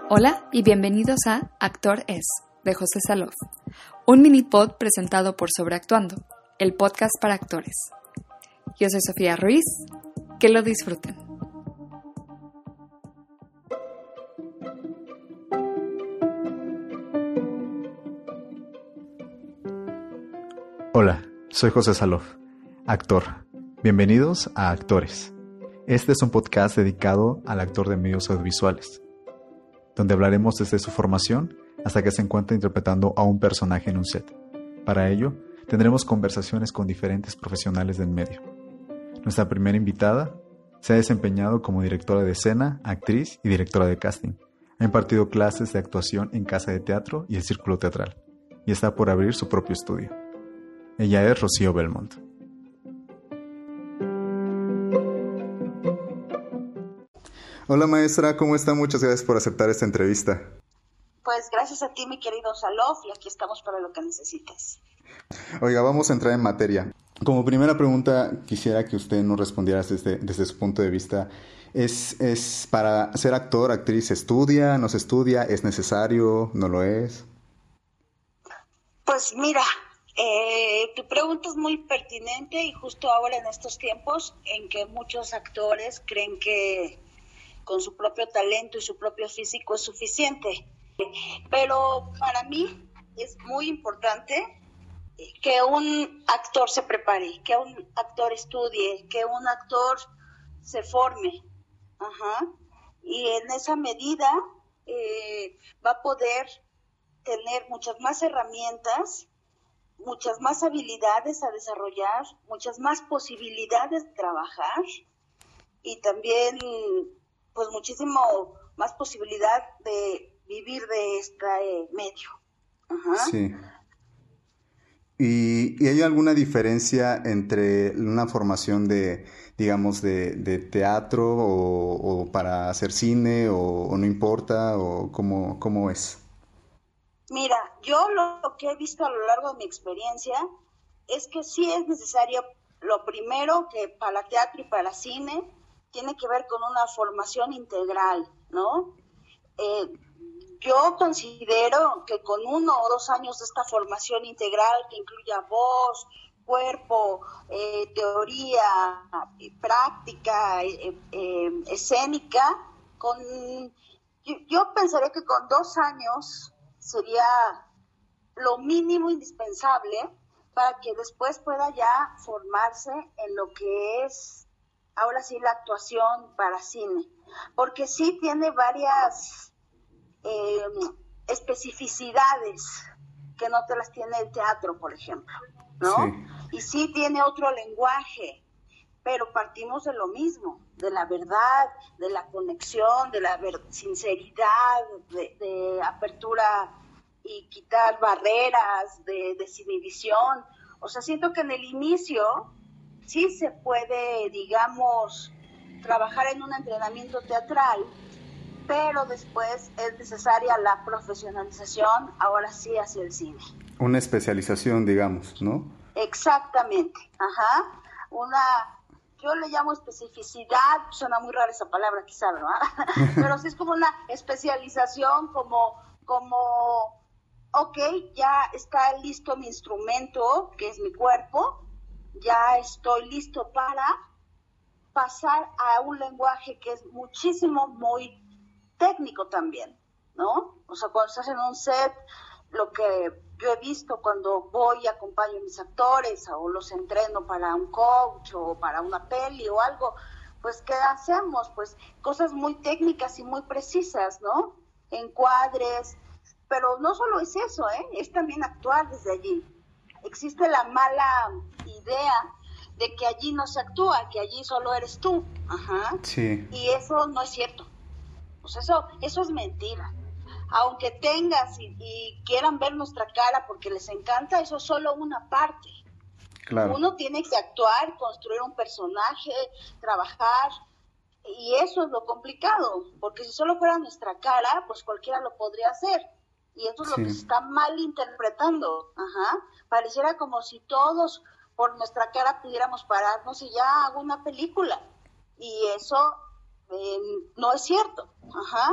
Hola y bienvenidos a Actor Es, de José Salof, un mini pod presentado por Sobreactuando, el podcast para actores. Yo soy Sofía Ruiz, que lo disfruten. Hola, soy José Salof, actor. Bienvenidos a Actores. Este es un podcast dedicado al actor de medios audiovisuales, donde hablaremos desde su formación hasta que se encuentra interpretando a un personaje en un set. Para ello, tendremos conversaciones con diferentes profesionales del medio. Nuestra primera invitada se ha desempeñado como directora de escena, actriz y directora de casting. Ha impartido clases de actuación en Casa de Teatro y el Círculo Teatral, y está por abrir su propio estudio. Ella es Rocío Belmont. Hola maestra, ¿cómo está? Muchas gracias por aceptar esta entrevista. Pues gracias a ti, mi querido Salof, y aquí estamos para lo que necesites. Oiga, vamos a entrar en materia. Como primera pregunta, quisiera que usted nos respondiera desde su punto de vista. ¿Es para ser actor, actriz, estudia, no se estudia, es necesario, no lo es? Pues mira, tu pregunta es muy pertinente y justo ahora en estos tiempos en que muchos actores creen que con su propio talento y su propio físico es suficiente. Pero para mí es muy importante que un actor se prepare, que un actor estudie, que un actor se forme. Y en esa medida va a poder tener muchas más herramientas, muchas más habilidades a desarrollar, muchas más posibilidades de trabajar y también pues muchísimo más posibilidad de vivir de este medio. Sí. ¿Y hay alguna diferencia entre una formación de teatro o para hacer cine o no importa o cómo es? Mira, yo lo que he visto a lo largo de mi experiencia es que sí es necesario, lo primero que para teatro y para cine tiene que ver con una formación integral, ¿no? Yo considero que con 1 o 2 años de esta formación integral que incluya voz, cuerpo, teoría, práctica, escénica, yo pensaría que con 2 años sería lo mínimo indispensable para que después pueda ya formarse en lo que es, ahora sí, la actuación para cine. Porque sí tiene varias especificidades que no te las tiene el teatro, por ejemplo, ¿no? Sí. Y sí tiene otro lenguaje, pero partimos de lo mismo, de la verdad, de la conexión, de la sinceridad, de apertura y quitar barreras, de desinhibición. O sea, siento que en el inicio sí se puede, digamos, trabajar en un entrenamiento teatral, pero después es necesaria la profesionalización, ahora sí, hacia el cine. Una especialización, digamos, ¿no? Exactamente, yo le llamo especificidad, suena muy rara esa palabra quizá, ¿no? Pero sí es como una especialización, como, ok, ya está listo mi instrumento, que es mi cuerpo, ya estoy listo para pasar a un lenguaje que es muchísimo, muy técnico también, ¿no? O sea, cuando estás en un set, lo que yo he visto cuando voy y acompaño a mis actores o los entreno para un coach o para una peli o algo, pues ¿qué hacemos? Pues cosas muy técnicas y muy precisas, ¿no? Encuadres, pero no solo es eso, es también actuar desde allí. Existe la mala idea de que allí no se actúa, que allí solo eres tú, Sí. Y eso no es cierto. Pues eso es mentira. Aunque tengas y quieran ver nuestra cara porque les encanta, eso es solo una parte. Claro. Uno tiene que actuar, construir un personaje, trabajar, y eso es lo complicado, porque si solo fuera nuestra cara, pues cualquiera lo podría hacer. Y eso es lo que se está mal interpretando. Pareciera como si todos por nuestra cara pudiéramos pararnos y ya hago una película. Y eso no es cierto.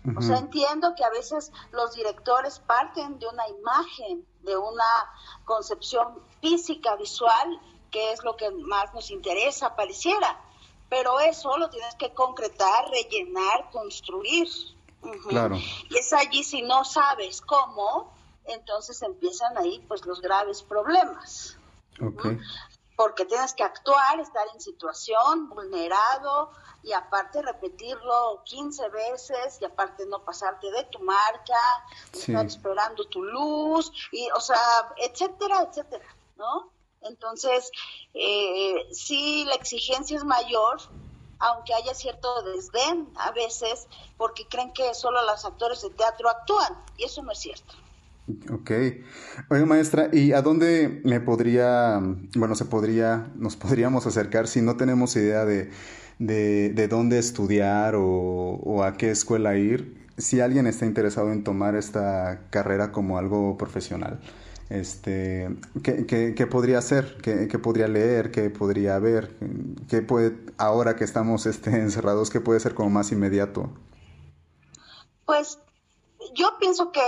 O sea, entiendo que a veces los directores parten de una imagen, de una concepción física, visual, que es lo que más nos interesa, pareciera. Pero eso lo tienes que concretar, rellenar, construir. Claro. Y es allí, si no sabes cómo, entonces empiezan ahí pues los graves problemas. Okay. Porque tienes que actuar, estar en situación, vulnerado, y aparte repetirlo 15 veces, y aparte no pasarte de tu marca, estar esperando tu luz, y, o sea, etcétera, etcétera, ¿no? Entonces, sí, la exigencia es mayor, aunque haya cierto desdén a veces, porque creen que solo los actores de teatro actúan, y eso no es cierto. Ok. Oiga, maestra, ¿y a dónde nos podríamos acercar si no tenemos idea de dónde estudiar o a qué escuela ir? Si alguien está interesado en tomar esta carrera como algo profesional, ¿qué podría hacer? ¿Qué podría leer? ¿Qué podría ver? ¿Qué puede, ahora que estamos encerrados, qué puede ser como más inmediato? Pues yo pienso que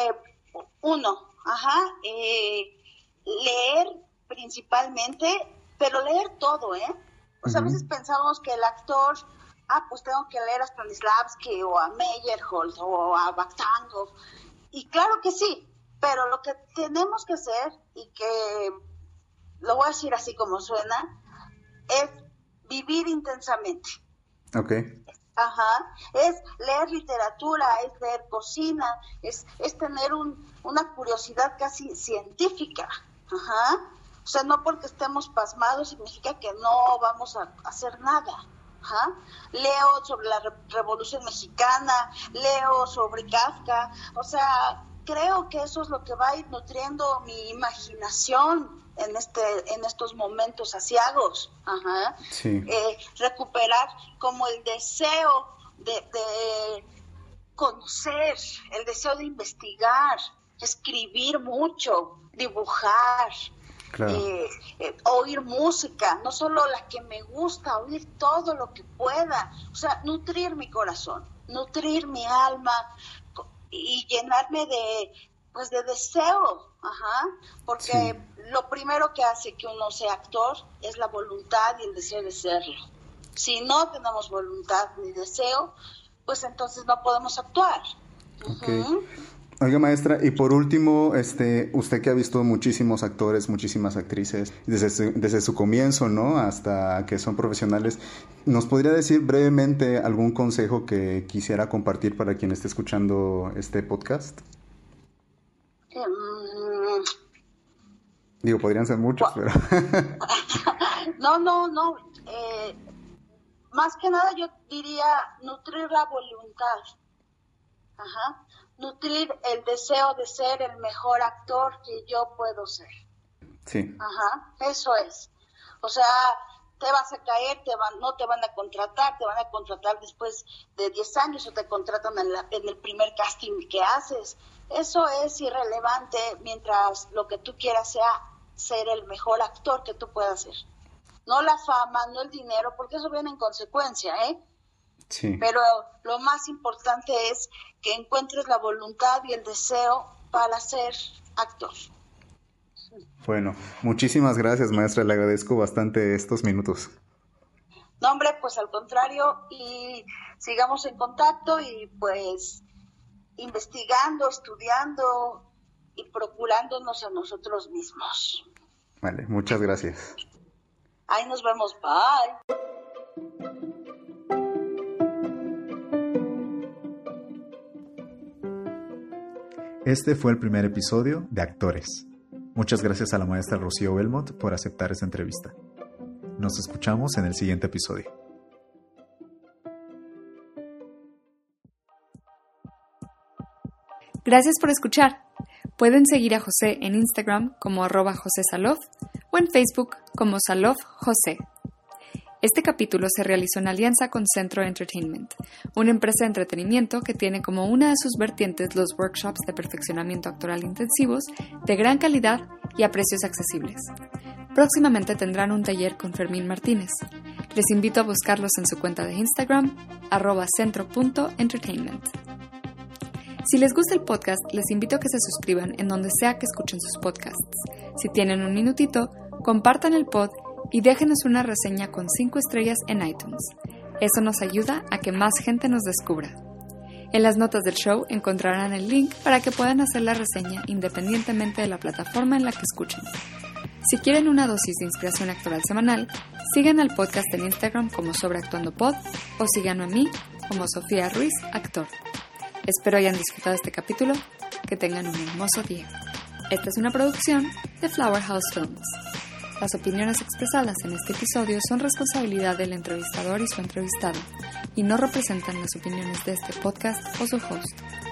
leer principalmente, pero leer todo, O sea, a veces pensamos que el actor, pues tengo que leer a Stanislavski o a Meyerhold o a Vakhtangov, y claro que sí, pero lo que tenemos que hacer, y que lo voy a decir así como suena, es vivir intensamente. Okay. Es leer literatura, es leer cocina, es tener una curiosidad casi científica. O sea, no porque estemos pasmados significa que no vamos a hacer nada. Leo sobre la Revolución Mexicana, leo sobre Kafka, o sea, creo que eso es lo que va a ir nutriendo mi imaginación en estos momentos aciagos. Sí. Recuperar como el deseo de conocer, el deseo de investigar, escribir mucho, dibujar, claro. Oír música, no solo la que me gusta, oír todo lo que pueda, o sea, nutrir mi corazón, nutrir mi alma y llenarme de deseo, porque lo primero que hace que uno sea actor es la voluntad y el deseo de serlo. Si no tenemos voluntad ni deseo, pues entonces no podemos actuar. Okay. Oiga, maestra, y por último, usted que ha visto muchísimos actores, muchísimas actrices, desde su comienzo, ¿no?, hasta que son profesionales, ¿nos podría decir brevemente algún consejo que quisiera compartir para quien esté escuchando este podcast? Digo, podrían ser muchos, pero... No. Más que nada yo diría nutrir la voluntad. Nutrir el deseo de ser el mejor actor que yo puedo ser. Sí. Eso es. O sea, te vas a caer, no te van a contratar, te van a contratar después de 10 años o te contratan en el primer casting que haces. Eso es irrelevante mientras lo que tú quieras sea ser el mejor actor que tú puedas ser. No la fama, no el dinero, porque eso viene en consecuencia, Sí. Pero lo más importante es que encuentres la voluntad y el deseo para ser actor. Bueno, muchísimas gracias, maestra. Le agradezco bastante estos minutos. No, hombre, pues al contrario, y sigamos en contacto y pues investigando, estudiando y procurándonos a nosotros mismos. Vale, muchas gracias. Ahí nos vemos, bye. Este fue el primer episodio de Actores. Muchas gracias a la maestra Rocío Belmont por aceptar esta entrevista. Nos escuchamos en el siguiente episodio. Gracias por escuchar. Pueden seguir a José en Instagram como @JosésAlov o en Facebook como SalovJosé. Este capítulo se realizó en alianza con Centro Entertainment, una empresa de entretenimiento que tiene como una de sus vertientes los workshops de perfeccionamiento actoral intensivos de gran calidad y a precios accesibles. Próximamente tendrán un taller con Fermín Martínez. Les invito a buscarlos en su cuenta de Instagram, @centro.entertainment. Si les gusta el podcast, les invito a que se suscriban en donde sea que escuchen sus podcasts. Si tienen un minutito, compartan el pod y déjenos una reseña con 5 estrellas en iTunes. Eso nos ayuda a que más gente nos descubra. En las notas del show encontrarán el link para que puedan hacer la reseña independientemente de la plataforma en la que escuchen. Si quieren una dosis de inspiración actoral semanal, sigan al podcast en Instagram como SobreActuandoPod o síganme a mí como Sofía Ruiz Actor. Espero hayan disfrutado este capítulo, que tengan un hermoso día. Esta es una producción de Flower House Films. Las opiniones expresadas en este episodio son responsabilidad del entrevistador y su entrevistado, y no representan las opiniones de este podcast o su host.